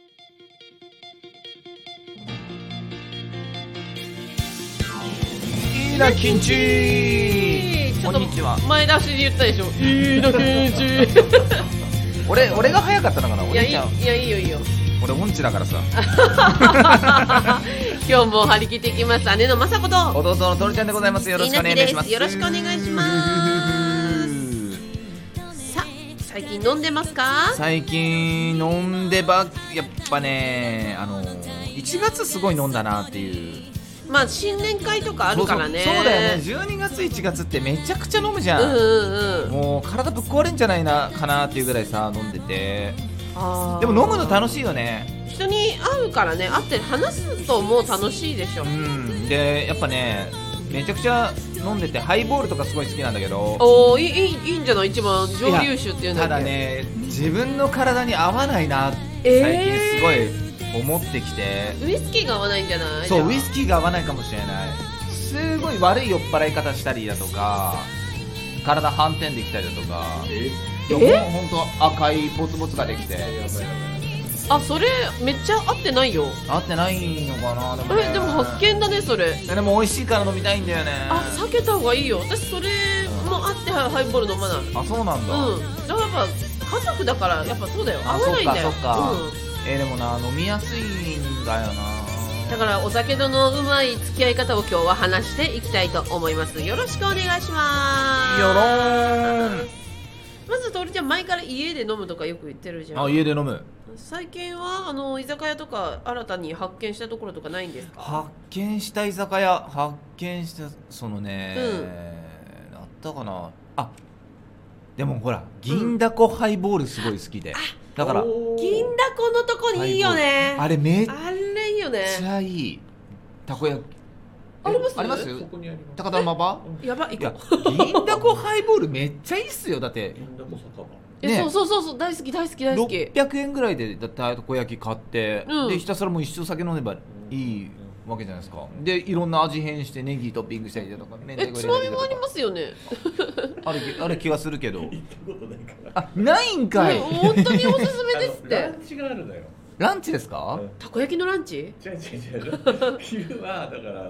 いいなキンチ。 ちょっこんにちは。 と前出しで言ったでしょ。いいなキンチ。 俺が早かったのかな。 いやいいよいいよ。 俺音痴だからさ。 今日も張り切っていきます。姉のまさこと弟のとるちゃんでございます。よろしくお願いします。 よろしくお願いします。さあ、最近飲んでますか？ 最近飲んでやっぱね、1月すごい飲んだなっていう。 まあ新年会とかあるからね。 そうだよね。12月1月ってめちゃくちゃ飲むじゃん。もう体ぶっ壊れんじゃないかなっていうぐらいさ飲んでて。でも飲むの楽しいよね。 人に会うからね、会って話すともう楽しいでしょ。 でやっぱね、めちゃくちゃ飲んでてハイボールとかすごい好きなんだけど。 おー、いいんじゃない。一番蒸留酒っていうんだっけ。 ただね、自分の体に合わないなって最近すごい思ってきて、 ウイスキーが合わないんじゃない？ そう、ウイスキーが合わないかもしれない。すごい悪い酔っ払い方したりだとか、体反転できたりだとか、ほんと赤いポツポツができて。 あ、それめっちゃ合ってないよ。 合ってないのかな。でもね、 でも発見だねそれ。 でも美味しいから飲みたいんだよね。 避けた方がいいよ。私それもあってハイボール飲まない。 あ、そうなんだ。 だからやっぱ家族だからやっぱそうだよ。合わないんだよ。 そっか。でもな、飲みやすいんだよな。 だからお酒とのうまい付き合い方を今日は話していきたいと思います。よろしくお願いします。 よろーん。 まずとりちゃん前から家で飲むとかよく言ってるじゃん。 家で飲む。 最近は居酒屋とか新たに発見したところとかないんですか？ 発見した居酒屋、発見したそのね、あったかな。でもほら、銀だこハイボールすごい好きで、だから銀だこのとこにいいよね。 あれめっあれいいよね。 ちゃいい。たこ焼きあります？ あります？ そこにあります。 高田馬場？やばい。 銀だこハイボールめっちゃいいっすよ。だって銀だこ酒場。 そう大好き 600円ぐらいでたこ焼き買って、でひたすらもう一生酒飲めばいいわけじゃないですか。でいろんな味変してネギトッピングしたりだとか、 つまみもありますよね。 ある気がするけど。 行ったことないから。 ないんかい。 本当におすすめですって。 ランチがあるのよ。 ランチですか？ たこ焼きのランチ？ 違う。昼はだから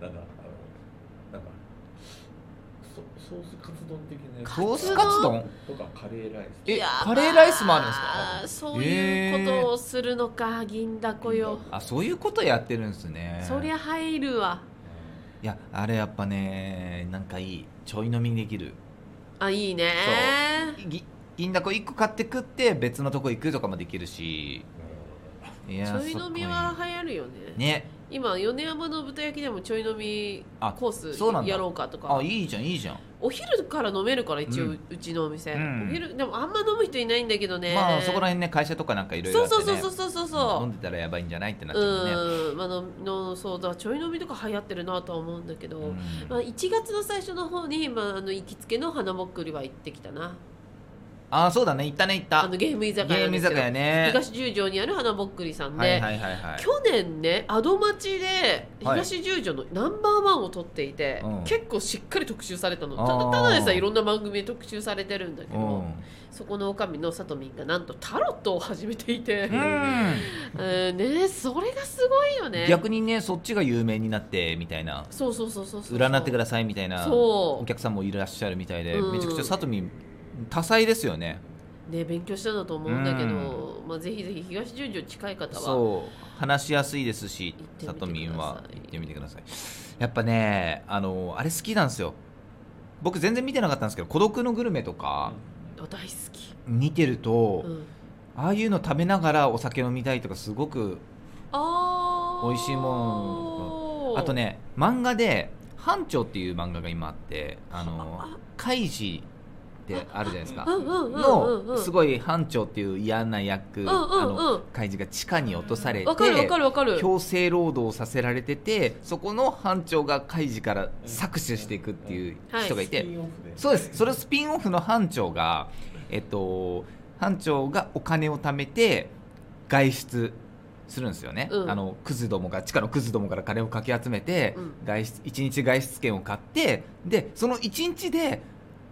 ソースカツ丼的なやつ。 ソースカツ丼とかカレーライス。カレーライスもあるんですか？ そういうことをするのか、銀だこよ。 そういうことやってるんですね。 そりゃ入るわ。 いや、あれやっぱね、なんかいい。ちょい飲みできる。 いいね。 銀だこ1個買って食って別のとこ行くとかもできるし。 ちょい飲みは流行るよね。 今米山の豚焼きでもちょい飲みコースやろうかとか。 いいじゃん。 お昼から飲めるから一応うちのお店、お昼でもあんま飲む人いないんだけどね。 そこら辺ね、会社とかなんかいろいろあってね、 そう飲んでたらやばいんじゃないってなっちゃうね。 そうだ、ちょい飲みとか流行ってるなとは思うんだけど、1月の最初の方に行きつけの花ぼっくりは行ってきたな。 そうだね、行った。 ゲーム居酒屋ね。 東十条にある花ぼっくりさんで、去年ね、アド町で東十条のナンバーワンを取っていて、結構しっかり特集されたの。ただでさいろんな番組で特集されてるんだけど、そこの女将のさとみんがなんとタロットを始めていて、ね、それがすごいよね。 逆にね、そっちが有名になってみたいな、占ってくださいみたいなお客さんもいらっしゃるみたいで、めちゃくちゃさとみん多彩ですよね。 勉強したんだと思うんだけど、ぜひぜひ東十条近い方は話しやすいですし、さとみんは行ってみてください。やっぱね、あれ好きなんですよ。僕全然見てなかったんですけど、孤独のグルメとか大好き。 見てると、ああいうの食べながらお酒飲みたいとかすごく美味しいもの。あとね、漫画で班長っていう漫画が今あって、カイジってあるじゃないですか。のすごい班長っていう嫌な役、カイジが地下に落とされて強制労働させられてて、そこの班長がカイジから搾取していくっていう人がいて、そうです。それスピンオフの班長が班長がお金を貯めて外出するんですよね。クズどもが地下のクズどもから金をかき集めて、1日外出券を買って、でその1日で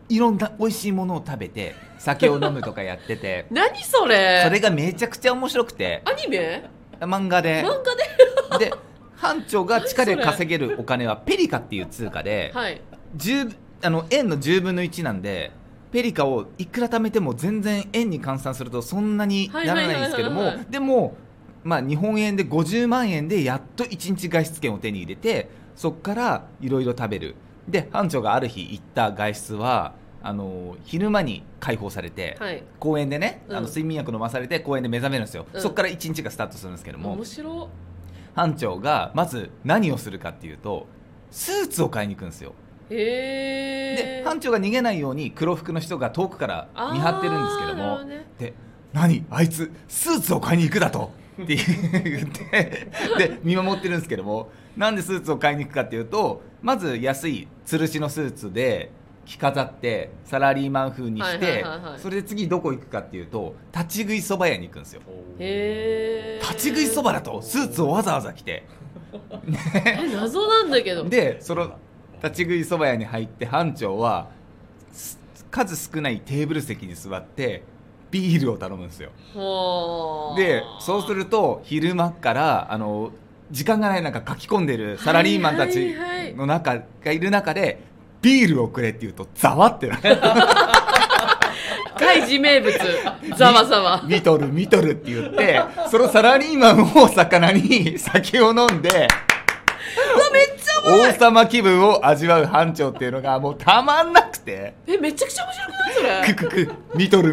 いろんな美味しいものを食べて酒を飲むとかやってて何それ。 それがめちゃくちゃ面白くて、 アニメ漫画でで班長が地下で稼げるお金はペリカっていう通貨で、 はい、 円の10分の1なんでペリカをいくら貯めても全然円に換算するとそんなにならないんですけども、でも、まあ、日本円で50万円でやっと1日外出券を手に入れて、そこからいろいろ食べる。で班長がある日行った外出は昼間に解放されて、はい、公園でね、睡眠薬飲まされて公園で目覚めるんですよ、そこから1日がスタートするんですけども、 面白い。 班長がまず何をするかっていうとスーツを買いに行くんですよ。で班長が逃げないように黒服の人が遠くから見張ってるんですけども、で何あいつスーツを買いに行くだとって言ってで見守ってるんですけども、なんでスーツを買いに行くかっていうと、まず安い吊るしのスーツで着飾ってサラリーマン風にして、それで次どこ行くかっていうと立ち食いそば屋に行くんですよ。立ち食いそばだとスーツをわざわざ着て謎なんだけど。 でその立ち食いそば屋に入って班長は数少ないテーブル席に座ってビールを頼むんですよ。でそうすると昼間から時間がない中書き込んでるサラリーマンたちの中がいる中でビールをくれって言うとざわってなる開示名物ざわざわ見とるって言ってそのサラリーマンを魚に酒を飲んでめっちゃ王様気分を味わう班長っていうのがもうたまんなくて、 めちゃくちゃ面白くないそれ見とる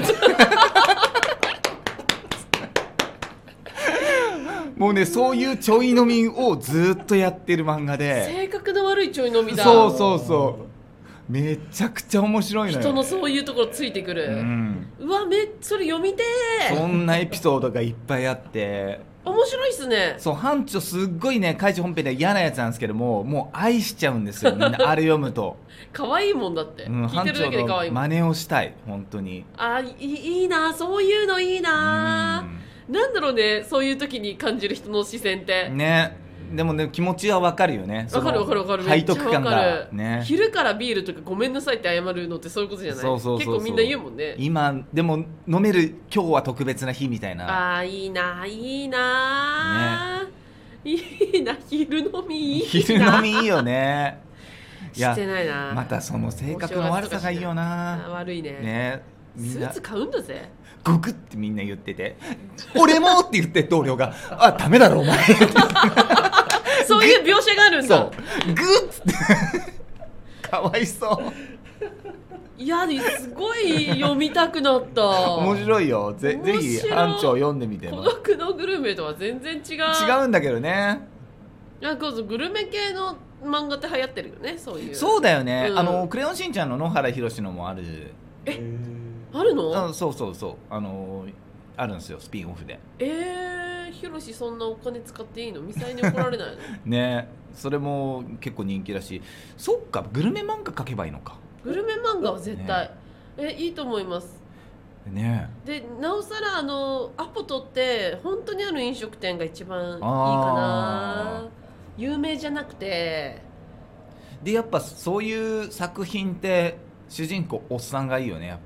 もうね、そういうちょい飲みをずっとやってる漫画で、 性格の悪いちょい飲みだ。 そうめちゃくちゃ面白いのよ。 人のそういうところついてくる、うわそれ読みてー。そんなエピソードがいっぱいあって面白いっすね。 そう班長すっごいね、怪獣本編で嫌なやつなんですけども、もう愛しちゃうんですよみんなあれ読むと可愛いもんだって、聞いてるだけで可愛いもん。 班長の真似をしたい本当に。 いいな、そういうのいいな。なんだろうね、そういう時に感じる人の視線ってね。でもね、気持ちはわかるよね。 わかる背徳感がね。 昼からビールとかごめんなさいって謝るのってそういうことじゃない。結構みんな言うもんね。 今でも飲める今日は特別な日みたいな。 いいな、いいな、いいな。昼飲みいいな。 昼飲みいいよね。 してないな。 またその性格の悪さがいいよな。 悪いね。スーツ買うんだぜ。 ゴクってみんな言ってて、俺もって言って同僚がダメだろお前そういう描写があるんだ。 そうグッってかわいそう。 いやすごい読みたくなった面白いよ。ぜひ班長読んでみて。 孤独のグルメとは全然違うんだけどね。 グルメ系の漫画って流行ってるよね。 そうだよね、クレヨンしんちゃんの野原ひろしのもある。 あるの？ そうあるんですよ、スピンオフで。 ひろしそんなお金使っていいの？ミサイに怒られないの？ ね、それも結構人気だし。そっか、グルメ漫画描けばいいのか。 グルメ漫画は絶対、いいと思いますね。 でなおさらアポ取って本当にある飲食店が一番いいかな。有名じゃなくて。 でやっぱそういう作品って主人公おっさんがいいよね。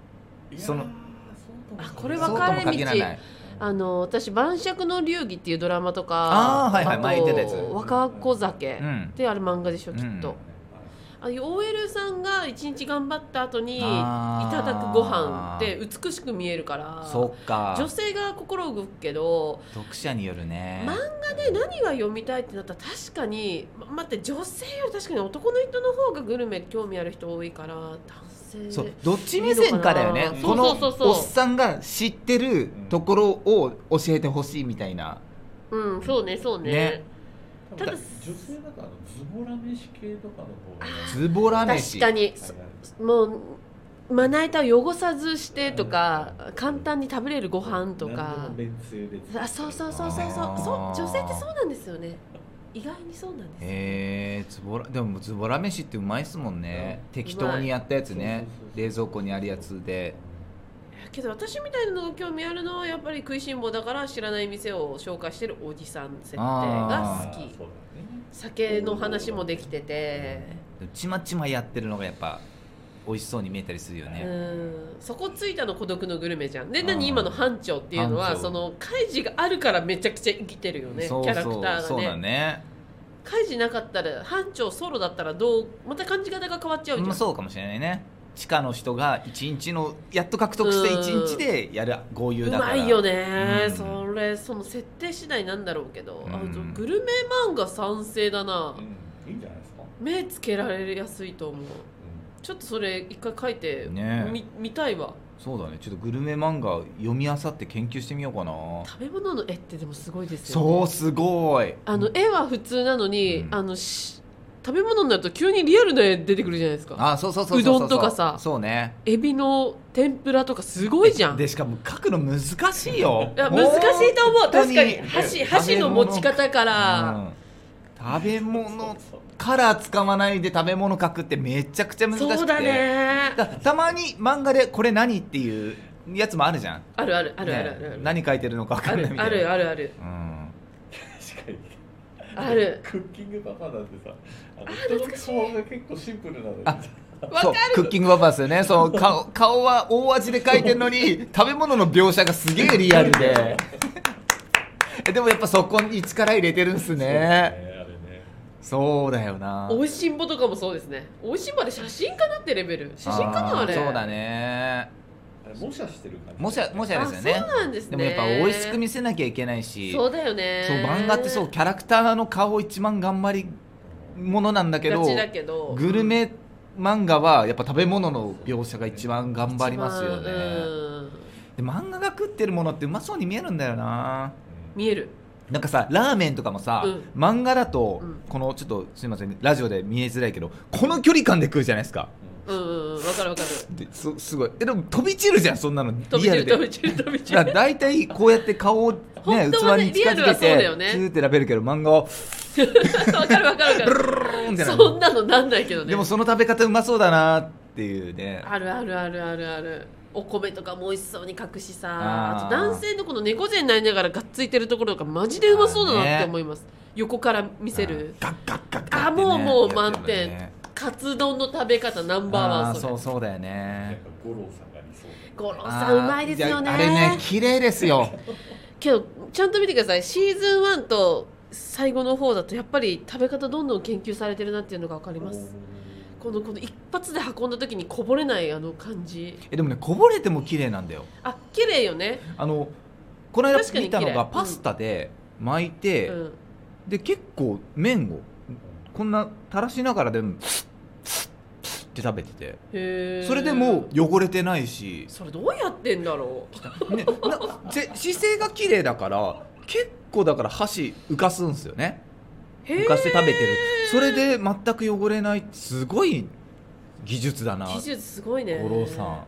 これ分かれ道。私晩酌の流儀っていうドラマとか、 前言ってたやつ、 若子酒ってあれ漫画でしょ、きっと。OL さんが一日頑張った後にいただくご飯って美しく見えるから、 そっか、 女性が心動くけど読者によるね。 漫画で何が読みたいってなったら確かに待って、女性より確かに男の人の方がグルメ興味ある人多いから、男性そうどっち目線かだよね。このおっさんが知ってるところを教えてほしいみたいな。 そうね。 ただ女性だからズボラ飯系とかの方がズボラ飯、 確かに、もうまな板を汚さずしてとか、簡単に食べれるご飯とか。そう女性ってそうなんですよね。意外にそうなんですよ。 でもズボラ飯ってうまいっすもんね。適当にやったやつね。冷蔵庫にあるやつで。 けど私みたいなのが興味あるのはやっぱり食いしん坊だから知らない店を紹介してるおじさん設定が好き。酒の話もできてて、 ちまちまやってるのがやっぱ美味しそうに見えたりするよね。 そこついたの孤独のグルメじゃん。で何今の班長っていうのはそのカイジがあるからめちゃくちゃ生きてるよね。キャラクターがね。 そうだね。 カイジなかったら班長ソロだったらまた感じ方が変わっちゃうじゃん。 そうかもしれないね。地下の人が1日のやっと獲得して1日でやる豪遊だからうまいよね、その設定次第なんだろうけど、グルメ漫画賛成だな、 いいんじゃないですか。 目つけられやすいと思う、ちょっとそれ一回書いて、見たいわ。 そうだね、ちょっとグルメ漫画読み漁って研究してみようかな。 食べ物の絵ってでもすごいですよね。 そうすごい。 絵は普通なのに、食べ物になると急にリアルな絵出てくるじゃないですか。 そううどんとかさ、 そうね、 エビの天ぷらとかすごいじゃん。 でしかも描くの難しいよ。 いや難しいと思う。確かに箸の持ち方から、 食べ物から使わないで食べ物描くってめちゃくちゃ難しくて。 そうだね。 たまに漫画でこれ何っていうやつもあるじゃん。 ある、 何書いてるのか分かんないみたいな。 ある、 確かにある。 クッキングパパなんてさ、人の顔が結構シンプルなのに。 そうクッキングパパですよね。そう顔は大味で描いてるのに食べ物の描写がすげえリアルででもやっぱそこに力入れてるんですね。そうだよな。 おいしんぼとかもそうですね。おいしんぼで写真家なってレベル。写真家なあれ。 そうだね。 模写してる感じ。 模写ですよね。 そうなんですね。 でもやっぱ美味しく見せなきゃいけないし。 そうだよね。 そう漫画ってそうキャラクターの顔一番頑張りものなんだけど、グルメ漫画はやっぱ食べ物の描写が一番頑張りますよね。で漫画が食ってるものってうまそうに見えるんだよな。 見える。 なんかさラーメンとかもさ、漫画だと、このちょっとすいませんラジオで見えづらいけどこの距離感で食うじゃないですか。 わかるすごい。でも飛び散るじゃんそんなのリアルで。 飛び散る。 だいたいこうやって顔をね器に近づけてツーって食べるけど漫画はわかるそんなのなんないけどね。 でもその食べ方うまそうだなっていうね。 ある。お米とかも美味しそうに描くしさ、あと男性のこの猫背になりながらがっついてるところとかマジでうまそうだなって思います。横から見せるガッガッガッガッってね、もう満点。カツ丼の食べ方ナンバーワン。 そうだよね。 五郎さんが理想。 五郎さんうまいですよね。 あれね綺麗ですよけどちゃんと見てください。シーズン1と最後の方だとやっぱり食べ方どんどん研究されてるなっていうのが分かります。この一発で運んだ時にこぼれない感じ。 でもねこぼれても綺麗なんだよ。 綺麗よね。 この間見たのがパスタで巻いて、で結構麺をこんな垂らしながらでもって食べてて、それでも汚れてないし。 それどうやってんだろう、ね、 姿勢が綺麗だから結構だから箸浮かすんですよね。浮かして食べてる。それで全く汚れない。すごい技術だな。 技術すごいね。 五郎さん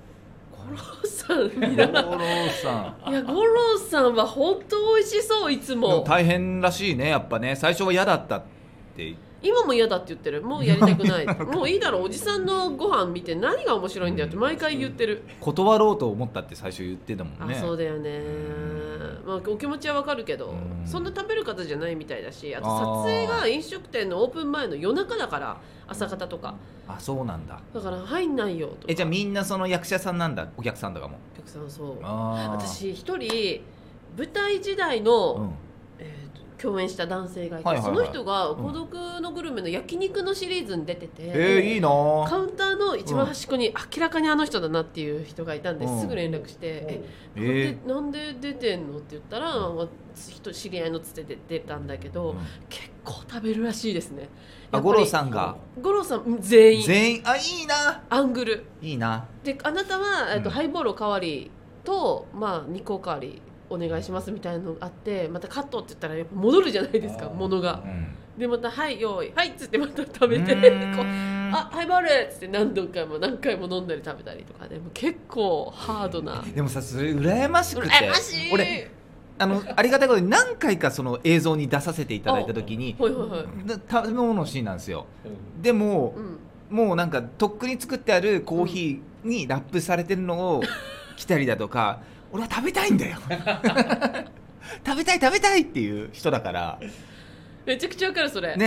いや五郎さんは本当美味しそう。いつも大変らしいねやっぱね。最初は嫌だったって今も嫌だって言ってる。もうやりたくないもういいだろうおじさんのご飯見て何が面白いんだよって毎回言ってる。 断ろうと思ったって最初言ってたもんね。 そうだよね。お気持ちはわかるけど、そんな食べる方じゃないみたいだし、あと撮影が飲食店のオープン前の夜中だから朝方とか。 そうなんだ。 だから入んないよとか。 じゃあみんなその役者さんなんだ。お客さんとかも。 お客さんそう。私一人舞台時代の、共演した男性がいて、その人が孤独のグルメの焼肉のシリーズに出てて、 いいな。 カウンターの一番端っこに明らかにあの人だなっていう人がいたんで、すぐ連絡してなんで出てんのって言ったら、知り合いのつてで出たんだけど、結構食べるらしいですね。 五郎さんが。 五郎さん全員いいな。 アングルいいな。 であなたはハイボールおかわりと2個おかわりお願いしますみたいなのがあって、またカットって言ったらやっぱ戻るじゃないですか、ものが、でまたはい用意はいっつってまた食べてハイボールっつって何回も飲んだり食べたりとかでも結構ハードな。 でもさそれ羨ましくて、 俺ありがたいことに何回かその映像に出させていただいた時に食べ物のシーンなんですよ。でも、もうなんかとっくに作ってあるコーヒーにラップされてるのを着たりだとか、俺は食べたいんだよ食べたいっていう人だから。 めちゃくちゃわかるそれね。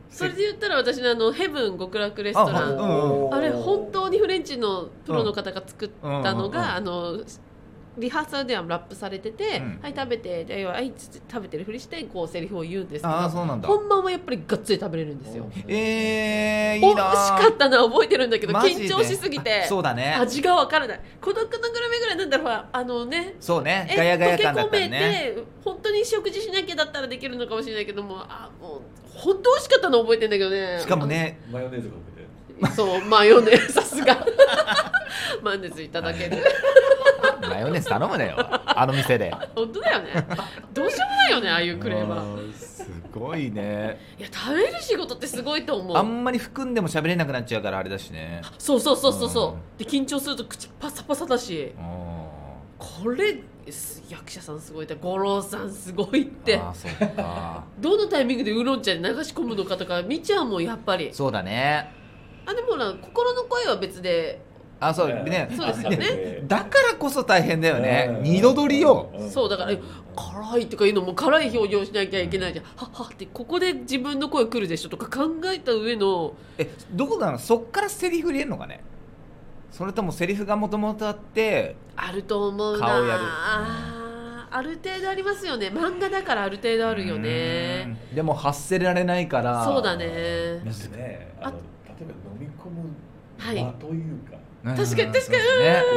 それで言ったら私のヘブン極楽レストラン、あれ本当にフレンチのプロの方が作ったのが、リハーサルではラップされてて、はい食べて、ではい食べてるふりしてこうセリフを言うんですけど、本番はやっぱりがっつり食べれるんですよ。いいな。美味しかったのは覚えてるんだけど、緊張しすぎて味がわからない。孤独のグルメぐらいなんだろう、 そうね、ガヤガヤ感だったね。 溶け込めて本当に食事しなきゃだったらできるのかもしれないけども、もう本当美味しかったの覚えてるんだけどね。 しかもね、 マヨネーズかけて、そうマヨネーズ、さすがマヨネーズいただけるマヨネーズ頼むなよ、あの店で。 本当だよね。どうしようもないよね、ああいうクレーマー。 すごいね。 いや、食べる仕事ってすごいと思う。 あんまり含んでも喋れなくなっちゃうからあれだしね。 そう、で緊張すると口パサパサだし、これ役者さんすごいって、五郎さんすごいって。 そうかどのタイミングでウーロン茶で流し込むのかとか見ちゃうもん、やっぱり。 そうだね。 でも心の声は別で。 そうね。 そうですよね。 だからこそ大変だよね。二度撮りよ。 そうだから、辛いとかいうのも辛い表情しなきゃいけないじゃん。はっってここで自分の声来るでしょとか考えた上の。 どこなの？そっからセリフ入れるのかね。それともセリフがもともとあってあると思うな。 顔やる。 ある程度ありますよね。漫画だからある程度あるよね。 でも発せられないから。 そうだね。 例えば飲み込む間というか。 確かに確かに。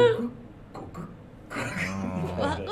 わかる。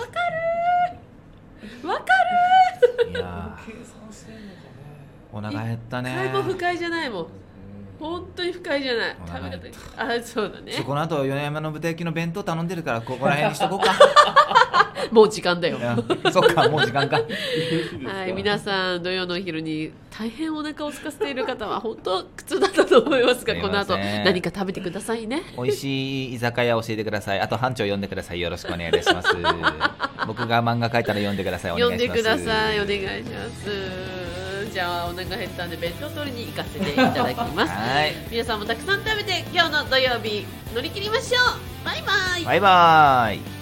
いやお腹減ったね。 一回も不快じゃないもん。本当に不快じゃない。食べ方。そうだね。 この後米山の豚焼きの弁当頼んでるからここら辺にしとこうか。 もう時間だよ。 そっか、もう時間か。 はい、皆さん土曜のお昼に大変お腹を空かせている方は本当苦痛だったと思いますが、この後何か食べてくださいね。 美味しい居酒屋教えてください。あと班長呼んでください。よろしくお願いいたします。僕が漫画描いたら読んでください。お願いします。 読んでください。お願いします。じゃあお腹減ったんで弁当取りに行かせていただきます。はい、皆さんもたくさん食べて今日の土曜日乗り切りましょう。バイバイ。 バイバイ。